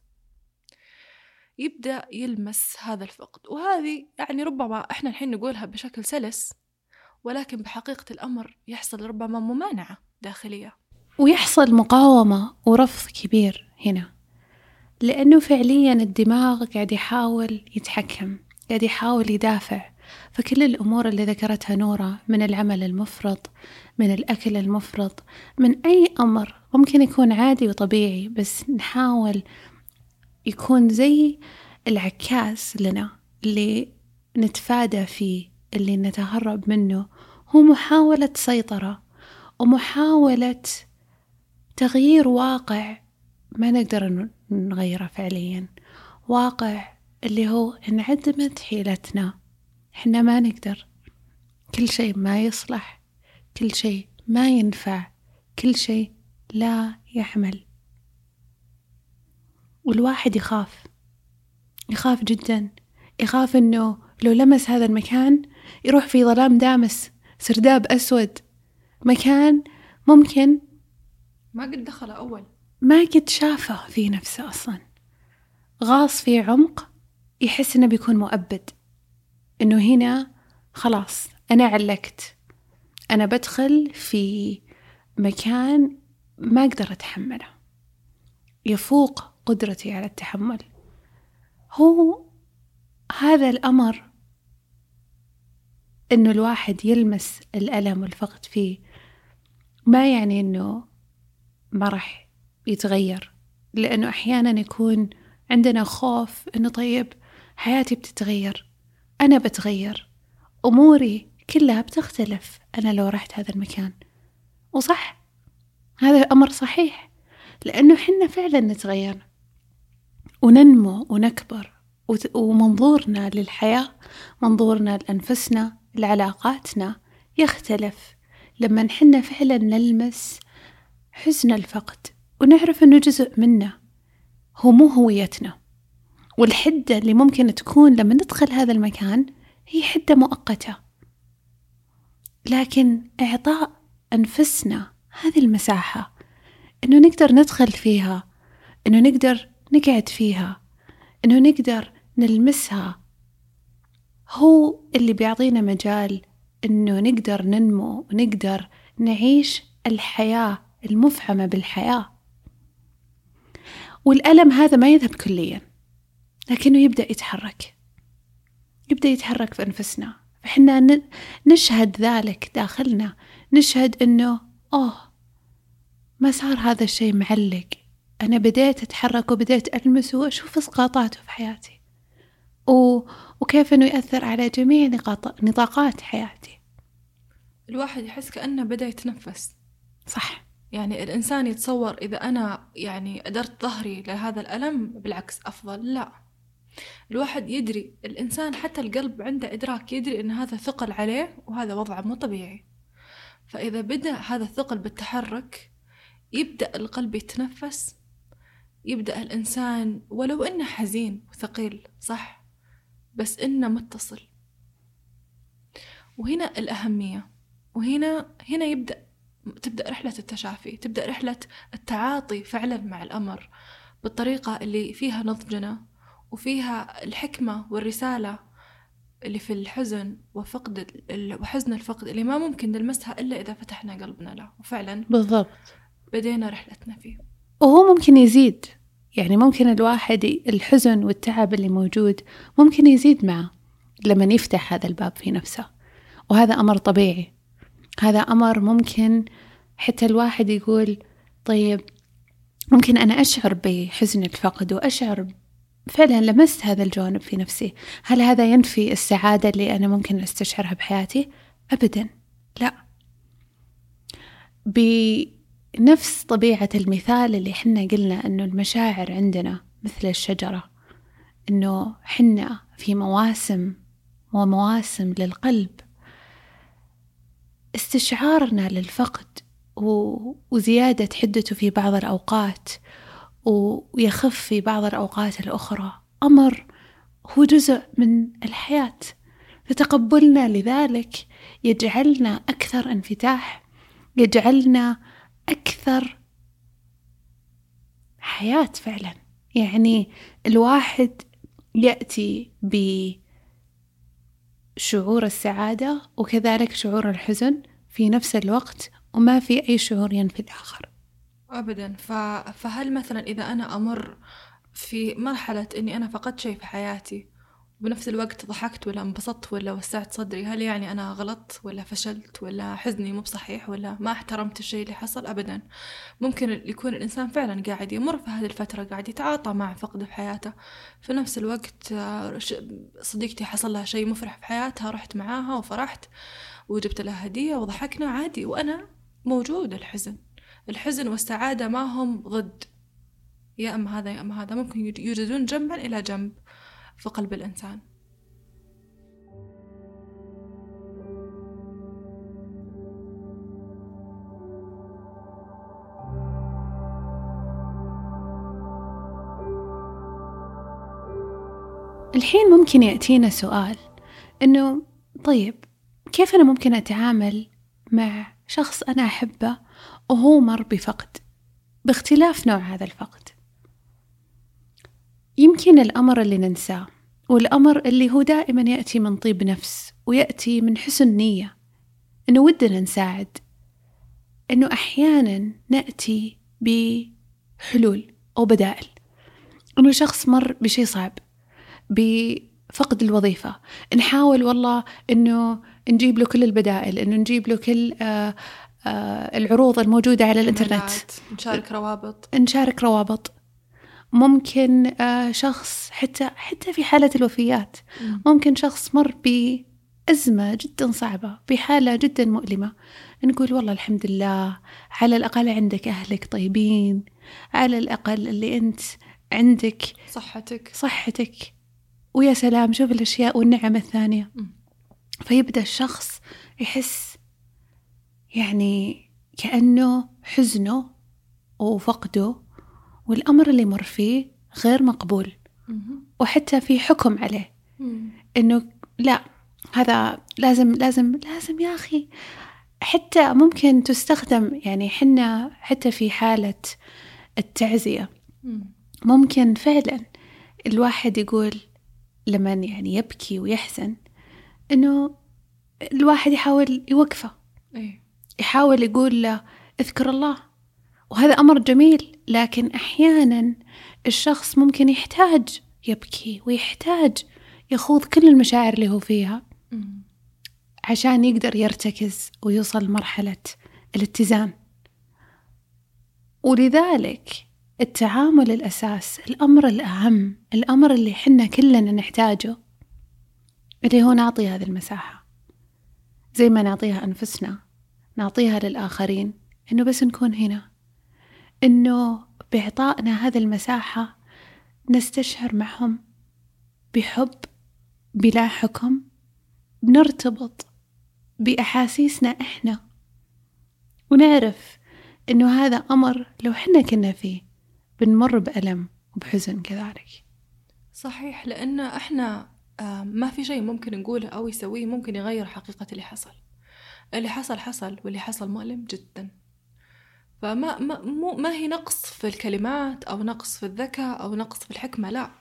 [SPEAKER 1] يبدأ يلمس هذا الفقد. وهذه يعني ربما إحنا الحين نقولها بشكل سلس، ولكن بحقيقة الأمر يحصل ربما ممانعة داخلية،
[SPEAKER 2] ويحصل مقاومة ورفض كبير هنا، لأنه فعليا الدماغ قاعد يحاول يتحكم، قاعد يحاول يدافع. فكل الأمور اللي ذكرتها نورة، من العمل المفرط، من الأكل المفرط، من أي أمر ممكن يكون عادي وطبيعي، بس نحاول يكون زي العكاز لنا اللي نتفادى فيه، اللي نتهرب منه، هو محاولة سيطرة ومحاولة تغيير واقع ما نقدر نغيره فعليا، واقع اللي هو انعدمت حيلتنا، احنا ما نقدر، كل شيء ما يصلح، كل شيء ما ينفع، كل شيء لا يعمل. والواحد يخاف جدا، يخاف انه لو لمس هذا المكان يروح في ظلام دامس، سرداب أسود، مكان ممكن
[SPEAKER 1] ما قد دخل أول،
[SPEAKER 2] ما قد شافه في نفسه أصلا، غاص في عمق يحس إنه بيكون مؤبد، إنه هنا خلاص أنا علقت، أنا بدخل في مكان ما أقدر أتحمله، يفوق قدرتي على التحمل. هو هذا الأمر، إنه الواحد يلمس الألم والفقد فيه، ما يعني إنه ما راح يتغير، لأنه أحيانا يكون عندنا خوف إنه طيب حياتي بتتغير، أنا بتغير، أموري كلها بتختلف أنا لو رحت هذا المكان. وصح، هذا الأمر صحيح، لأنه حنا فعلا نتغير وننمو ونكبر، ومنظورنا للحياة، منظورنا لأنفسنا، لعلاقاتنا يختلف لما نحنا فعلا نلمس حزن الفقد ونعرف أنه جزء منا، هو مو هويتنا. والحدة اللي ممكن تكون لما ندخل هذا المكان هي حدة مؤقتة، لكن إعطاء أنفسنا هذه المساحة أنه نقدر ندخل فيها، أنه نقدر نقعد فيها، أنه نقدر نلمسها، هو اللي بيعطينا مجال أنه نقدر ننمو ونقدر نعيش الحياة المفعمة بالحياة. والألم هذا ما يذهب كليا، لكنه يبدأ يتحرك في أنفسنا. فإحنا نشهد ذلك داخلنا، نشهد إنه ما صار هذا الشيء معلق، أنا بديت أتحرك وبديت ألمس وأشوف إسقاطاته في حياتي، وكيف أنه يأثر على جميع نطاقات حياتي.
[SPEAKER 1] الواحد يحس كأنه بدأ يتنفس.
[SPEAKER 2] صح.
[SPEAKER 1] يعني الإنسان يتصور إذا أنا يعني قدرت ظهري لهذا الألم بالعكس أفضل. لا، الواحد يدري، الإنسان حتى القلب عنده إدراك، يدري إن هذا ثقل عليه وهذا وضع مو طبيعي. فإذا بدأ هذا الثقل بالتحرك، يبدأ القلب يتنفس، يبدأ الإنسان ولو إنه حزين وثقيل صح، بس إنه متصل. وهنا الأهمية، وهنا تبدأ رحلة التشافي، تبدأ رحلة التعاطي فعلا مع الأمر بالطريقة اللي فيها نضجنا وفيها الحكمة والرسالة اللي في الحزن وحزن الفقد اللي ما ممكن نلمسها إلا إذا فتحنا قلبنا له وفعلا
[SPEAKER 2] بالضبط
[SPEAKER 1] بدينا رحلتنا فيه.
[SPEAKER 2] وهو ممكن يزيد، يعني ممكن الواحد الحزن والتعب اللي موجود ممكن يزيد معه لما يفتح هذا الباب في نفسه، وهذا أمر طبيعي. هذا أمر ممكن حتى الواحد يقول طيب ممكن أنا أشعر بحزن الفقد وأشعر فعلا لمست هذا الجانب في نفسي، هل هذا ينفي السعادة اللي أنا ممكن أستشعرها بحياتي؟ أبدا لا. بنفس طبيعة المثال اللي حنا قلنا أنه المشاعر عندنا مثل الشجرة، أنه حنا في مواسم ومواسم للقلب، استشعارنا للفقد وزيادة حدته في بعض الأوقات ويخف في بعض الأوقات الأخرى أمر هو جزء من الحياة. فتقبلنا لذلك يجعلنا أكثر انفتاح، يجعلنا أكثر حياة فعلا. يعني الواحد يأتي بشعور السعادة وكذلك شعور الحزن في نفس الوقت، وما في أي شعور ينفي الآخر
[SPEAKER 1] أبدا. فهل مثلا إذا أنا أمر في مرحلة إني أنا فقدت شيء في حياتي وبنفس الوقت ضحكت ولا انبسطت ولا وسعت صدري، هل يعني أنا غلطت ولا فشلت ولا حزني مو بصحيح ولا ما احترمت الشيء اللي حصل؟ أبدا. ممكن يكون الإنسان فعلا قاعد يمر في هذه الفترة، قاعد يتعاطى مع فقد في حياته، في نفس الوقت صديقتي حصل لها شيء مفرح في حياتها، رحت معاها وفرحت وجبت لها هدية وضحكنا عادي، وأنا موجود. الحزن والسعادة ما هم ضد، يا أما هذا يا أما هذا، ممكن يوجدون جنبا إلى جنب في قلب الإنسان.
[SPEAKER 2] الحين ممكن يأتينا سؤال إنه طيب كيف أنا ممكن أتعامل مع شخص أنا أحبه وهو مر بفقد باختلاف نوع هذا الفقد؟ يمكن الأمر اللي ننساه والأمر اللي هو دائما يأتي من طيب نفس ويأتي من حسن نية، إنه ودنا نساعد، إنه أحيانا نأتي بحلول أو بدائل. إنه شخص مر بشيء صعب، بفقد الوظيفة، نحاول والله إنه نجيب له كل البدائل، إنه نجيب له كل العروض الموجودة على الإنترنت، نشارك روابط. ممكن شخص حتى في حالة الوفيات، ممكن شخص مر بأزمة جدا صعبة، بحالة جدا مؤلمة، نقول والله الحمد لله على الأقل عندك أهلك طيبين، على الأقل اللي أنت عندك صحتك ويا سلام شوف الأشياء والنعم الثانية. فيبدأ الشخص يحس يعني كأنه حزنه وفقده والأمر اللي مر فيه غير مقبول، وحتى في حكم عليه إنه لا هذا لازم يا أخي. حتى ممكن تستخدم، يعني حنا حتى في حالة التعزية ممكن فعلا الواحد يقول لما يعني يبكي ويحزن إنه الواحد يحاول يوقفه، يحاول يقول له اذكر الله، وهذا أمر جميل، لكن أحيانا الشخص ممكن يحتاج يبكي ويحتاج يخوض كل المشاعر اللي هو فيها عشان يقدر يرتكز ويوصل لمرحلة الاتزان. ولذلك التعامل الأساس، الأمر الأهم، الأمر اللي حنا كلنا نحتاجه، اللي هو نعطي هذه المساحة زي ما نعطيها أنفسنا، نعطيها للآخرين، إنه بس نكون هنا، إنه بإعطائنا هذه المساحة نستشعر معهم بحب بلا حكم، بنرتبط بأحاسيسنا إحنا، ونعرف إنه هذا أمر لو حنا كنا فيه بنمر بألم وبحزن كذلك.
[SPEAKER 1] صحيح، لأن إحنا ما في شيء ممكن نقوله أو يسويه ممكن يغير حقيقة اللي حصل. اللي حصل واللي حصل مؤلم جدا. ما هي نقص في الكلمات أو نقص في الذكاء أو نقص في الحكمة، لا،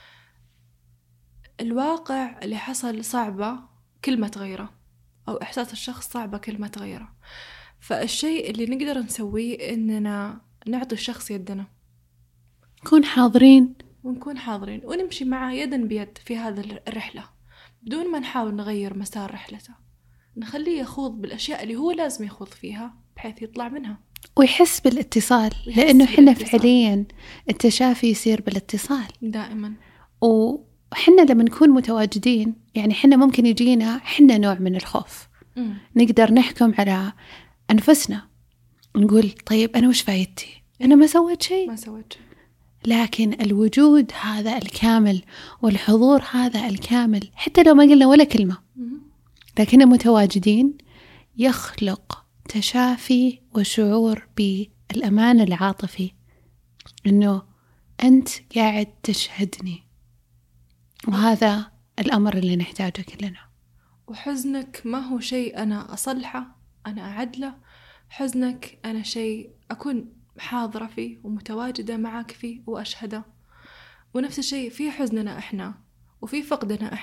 [SPEAKER 1] الواقع اللي حصل صعبة كلمة غيره، أو إحساس الشخص صعبة كلمة غيره. فالشيء اللي نقدر نسويه إننا نعطي الشخص يدنا،
[SPEAKER 2] نكون حاضرين
[SPEAKER 1] ونمشي معه يدا بيد في هذا الرحلة، بدون ما نحاول نغير مسار رحلته، نخليه يخوض بالأشياء اللي هو لازم يخوض فيها بحيث يطلع منها
[SPEAKER 2] ويحس بالاتصال. لأنه حنا فعليا التشافي يصير بالاتصال
[SPEAKER 1] دائما.
[SPEAKER 2] وحنا لما نكون متواجدين، يعني حنا ممكن يجينا حنا نوع من الخوف، نقدر نحكم على أنفسنا، نقول طيب أنا وش فايدتي؟ أنا ما سويت شيء. لكن الوجود هذا الكامل والحضور هذا الكامل، حتى لو ما قلنا ولا كلمة لكننا متواجدين، يخلق تشافي وشعور بالأمان العاطفي، إنه أنت قاعد تشهدني، وهذا الأمر اللي نحتاجه كلنا.
[SPEAKER 1] وحزنك ما هو شيء أنا أصلحه، أنا أعدله. حزنك أنا شيء أكون حاضرة فيه ومتواجدة معك فيه وأشهده. ونفس الشيء في حزننا إحنا وفي فقدنا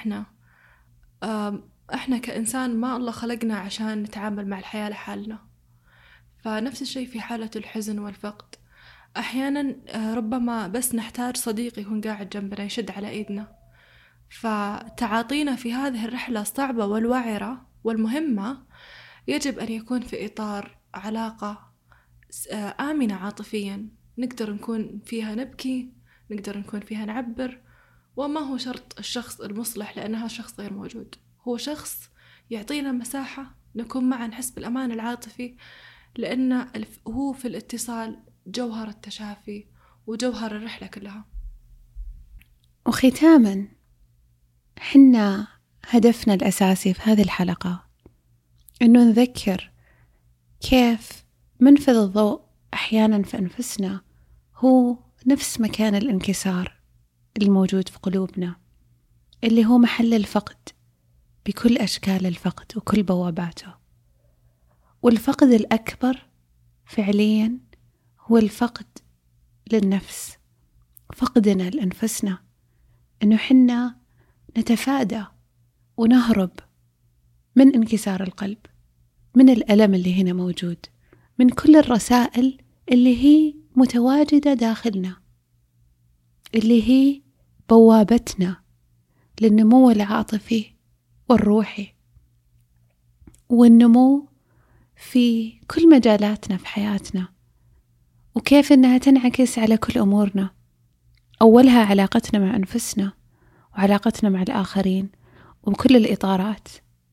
[SPEAKER 1] إحنا كإنسان ما الله خلقنا عشان نتعامل مع الحياة لحالنا. فنفس الشيء في حالة الحزن والفقد، أحيانا ربما بس نحتاج صديق يكون قاعد جنبنا يشد على إيدنا. فتعاطينا في هذه الرحلة الصعبة والوعرة والمهمة يجب أن يكون في إطار علاقة آمنة عاطفيا، نقدر نكون فيها نبكي، نقدر نكون فيها نعبر. وما هو شرط الشخص المصلح، لأنها شخص غير موجود، هو شخص يعطينا مساحة نكون معه، نحس بالأمان العاطفي، لأن هو في الاتصال جوهر التشافي وجوهر الرحلة كلها.
[SPEAKER 2] وختاما، حنا هدفنا الأساسي في هذه الحلقة إنه نذكر كيف منفذ الضوء أحيانا في أنفسنا هو نفس مكان الانكسار الموجود في قلوبنا، اللي هو محل الفقد بكل أشكال الفقد وكل بواباته. والفقد الأكبر فعليا هو الفقد للنفس، فقدنا لأنفسنا، إنه حنا نتفادى ونهرب من انكسار القلب، من الألم اللي هنا موجود، من كل الرسائل اللي هي متواجدة داخلنا، اللي هي بوابتنا للنمو العاطفي والروحي والنمو في كل مجالاتنا في حياتنا، وكيف إنها تنعكس على كل أمورنا، أولها علاقتنا مع أنفسنا وعلاقتنا مع الآخرين وبكل الإطارات.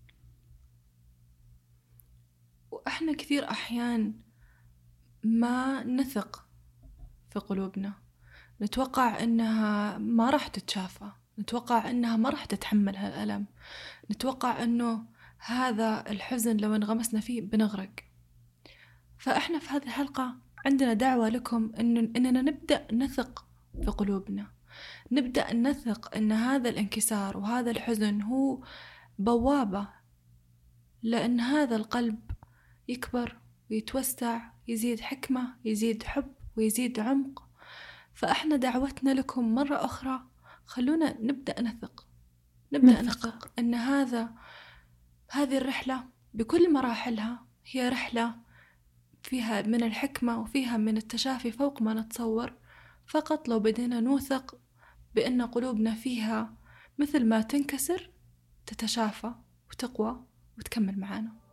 [SPEAKER 1] وإحنا كثير أحيان ما نثق في قلوبنا، نتوقع إنها ما راح تتشافى، نتوقع إنها ما راح تتحمل هالألم، نتوقع إنه هذا الحزن لو انغمسنا فيه بنغرق. فإحنا في هذه الحلقة عندنا دعوة لكم إننا نبدأ نثق في قلوبنا، نبدأ نثق إن هذا الانكسار وهذا الحزن هو بوابة، لأن هذا القلب يكبر ويتوسع، يزيد حكمة، يزيد حب، ويزيد عمق. فإحنا دعوتنا لكم مرة أخرى، خلونا نبدأ نثق إن هذه الرحلة بكل مراحلها هي رحلة فيها من الحكمة وفيها من التشافي فوق ما نتصور، فقط لو بدينا نوثق بأن قلوبنا فيها مثل ما تنكسر تتشافى وتقوى وتكمل معانا.